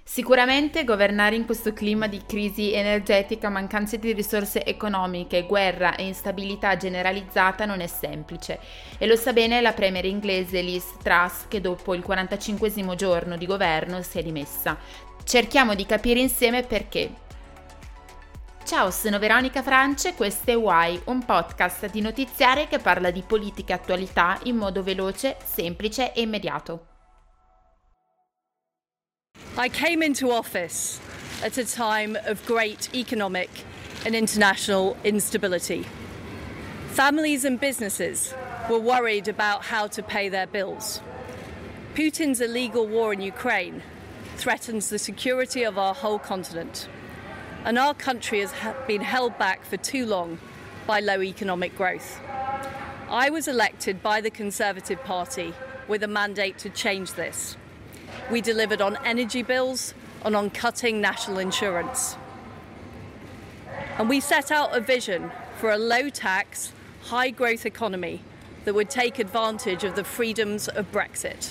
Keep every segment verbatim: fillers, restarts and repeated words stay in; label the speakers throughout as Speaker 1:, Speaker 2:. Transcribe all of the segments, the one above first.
Speaker 1: Sicuramente governare in questo clima di crisi energetica, mancanza di risorse economiche, guerra e instabilità generalizzata non è semplice e lo sa bene la premier inglese Liz Truss, che dopo il quarantacinquesimo giorno di governo si è dimessa. Cerchiamo di capire insieme perché. Ciao, sono Veronica France e questo è Why, un podcast di notiziare che parla di politica e attualità in modo veloce, semplice e immediato.
Speaker 2: I came into office at a time of great economic and international instability. Families and businesses were worried about how to pay their bills. Putin's illegal war in Ukraine threatens the security of our whole continent, and our country has been held back for too long by low economic growth. I was elected by the Conservative Party with a mandate to change this. We delivered on energy bills and on cutting national insurance. And we set out a vision for a low-tax, high-growth economy that would take advantage of the freedoms of Brexit.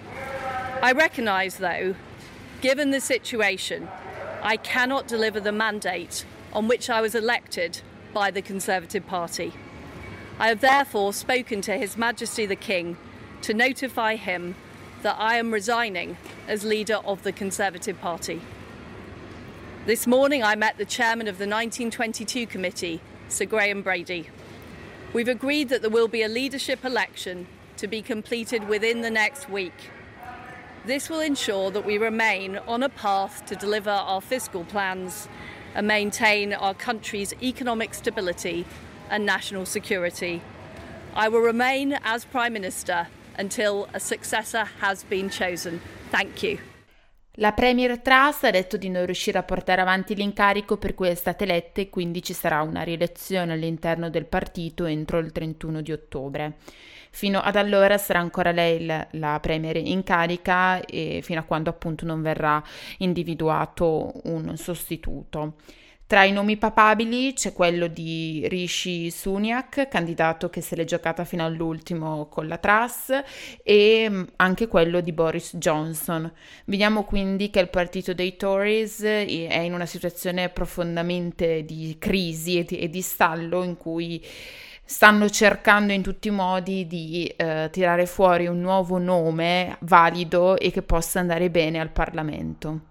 Speaker 2: I recognise, though, given the situation, I cannot deliver the mandate on which I was elected by the Conservative Party. I have therefore spoken to His Majesty the King to notify him that I am resigning as leader of the Conservative Party. This morning I met the chairman of the nineteen twenty-two committee, Sir Graham Brady. We've agreed that there will be a leadership election to be completed within the next week. This will ensure that we remain on a path to deliver our fiscal plans and maintain our country's economic stability and national security. I will remain as Prime Minister until a successor has been chosen. Thank you.
Speaker 1: La premier Truss ha detto di non riuscire a portare avanti l'incarico per cui è stata eletta e quindi ci sarà una rielezione all'interno del partito entro il trentuno di ottobre. Fino ad allora sarà ancora lei la, la premier in carica e fino a quando appunto non verrà individuato un sostituto. Tra i nomi papabili c'è quello di Rishi Sunak, candidato che se l'è giocata fino all'ultimo con la Truss, e anche quello di Boris Johnson. Vediamo quindi che il partito dei Tories è in una situazione profondamente di crisi e di, e di stallo in cui stanno cercando in tutti i modi di eh, tirare fuori un nuovo nome valido e che possa andare bene al Parlamento.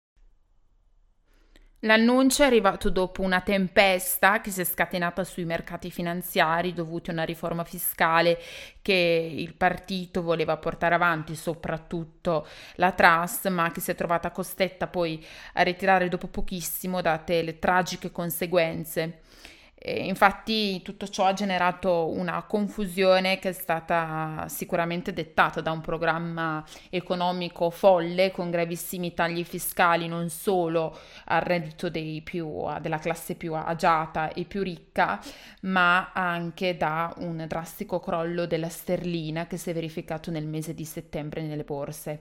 Speaker 1: L'annuncio è arrivato dopo una tempesta che si è scatenata sui mercati finanziari dovuti a una riforma fiscale che il partito voleva portare avanti, soprattutto la Truss, ma che si è trovata costretta poi a ritirare dopo pochissimo date le tragiche conseguenze. E infatti tutto ciò ha generato una confusione che è stata sicuramente dettata da un programma economico folle con gravissimi tagli fiscali non solo al reddito dei più, della classe più agiata e più ricca, ma anche da un drastico crollo della sterlina che si è verificato nel mese di settembre nelle borse.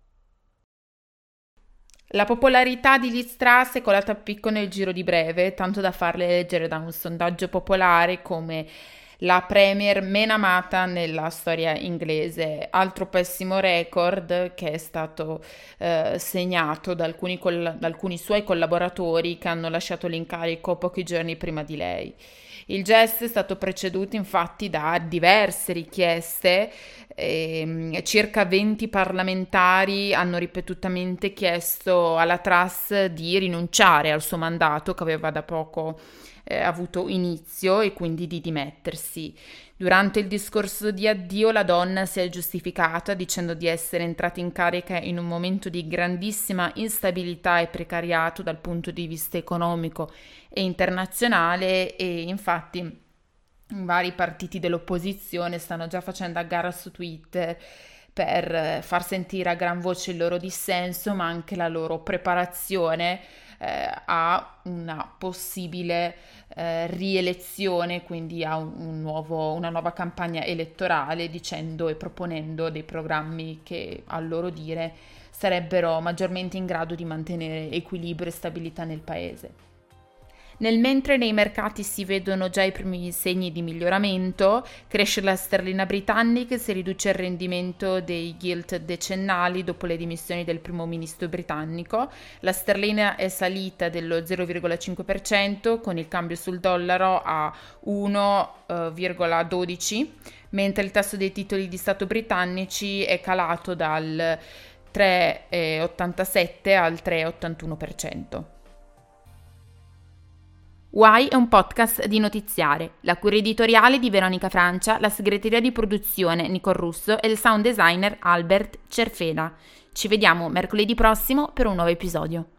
Speaker 1: La popolarità di Liz Truss è colata a picco nel giro di breve, tanto da farle eleggere da un sondaggio popolare come la premier meno amata nella storia inglese. Altro pessimo record che è stato eh, segnato da alcuni, coll- da alcuni suoi collaboratori che hanno lasciato l'incarico pochi giorni prima di lei. Il gesto è stato preceduto infatti da diverse richieste, ehm, circa venti parlamentari hanno ripetutamente chiesto alla Truss di rinunciare al suo mandato che aveva da poco eh, avuto inizio e quindi di dimettersi. Durante il discorso di addio la donna si è giustificata dicendo di essere entrata in carica in un momento di grandissima instabilità e precariato dal punto di vista economico e internazionale e infatti vari partiti dell'opposizione stanno già facendo a gara su Twitter per far sentire a gran voce il loro dissenso ma anche la loro preparazione eh, a una possibile eh, rielezione, quindi a un, un nuovo, una nuova campagna elettorale dicendo e proponendo dei programmi che a loro dire sarebbero maggiormente in grado di mantenere equilibrio e stabilità nel paese. Nel mentre nei mercati si vedono già i primi segni di miglioramento, cresce la sterlina britannica, si riduce il rendimento dei gilt decennali dopo le dimissioni del primo ministro britannico, la sterlina è salita dello zero virgola cinque per cento con il cambio sul dollaro a uno virgola dodici, mentre il tasso dei titoli di Stato britannici è calato dal tre virgola ottantasette al tre virgola ottantuno per cento. Why è un podcast di Notiziare, la cura editoriale di Veronica Francia, la segreteria di produzione Nicole Russo e il sound designer Albert Cerfeda. Ci vediamo mercoledì prossimo per un nuovo episodio.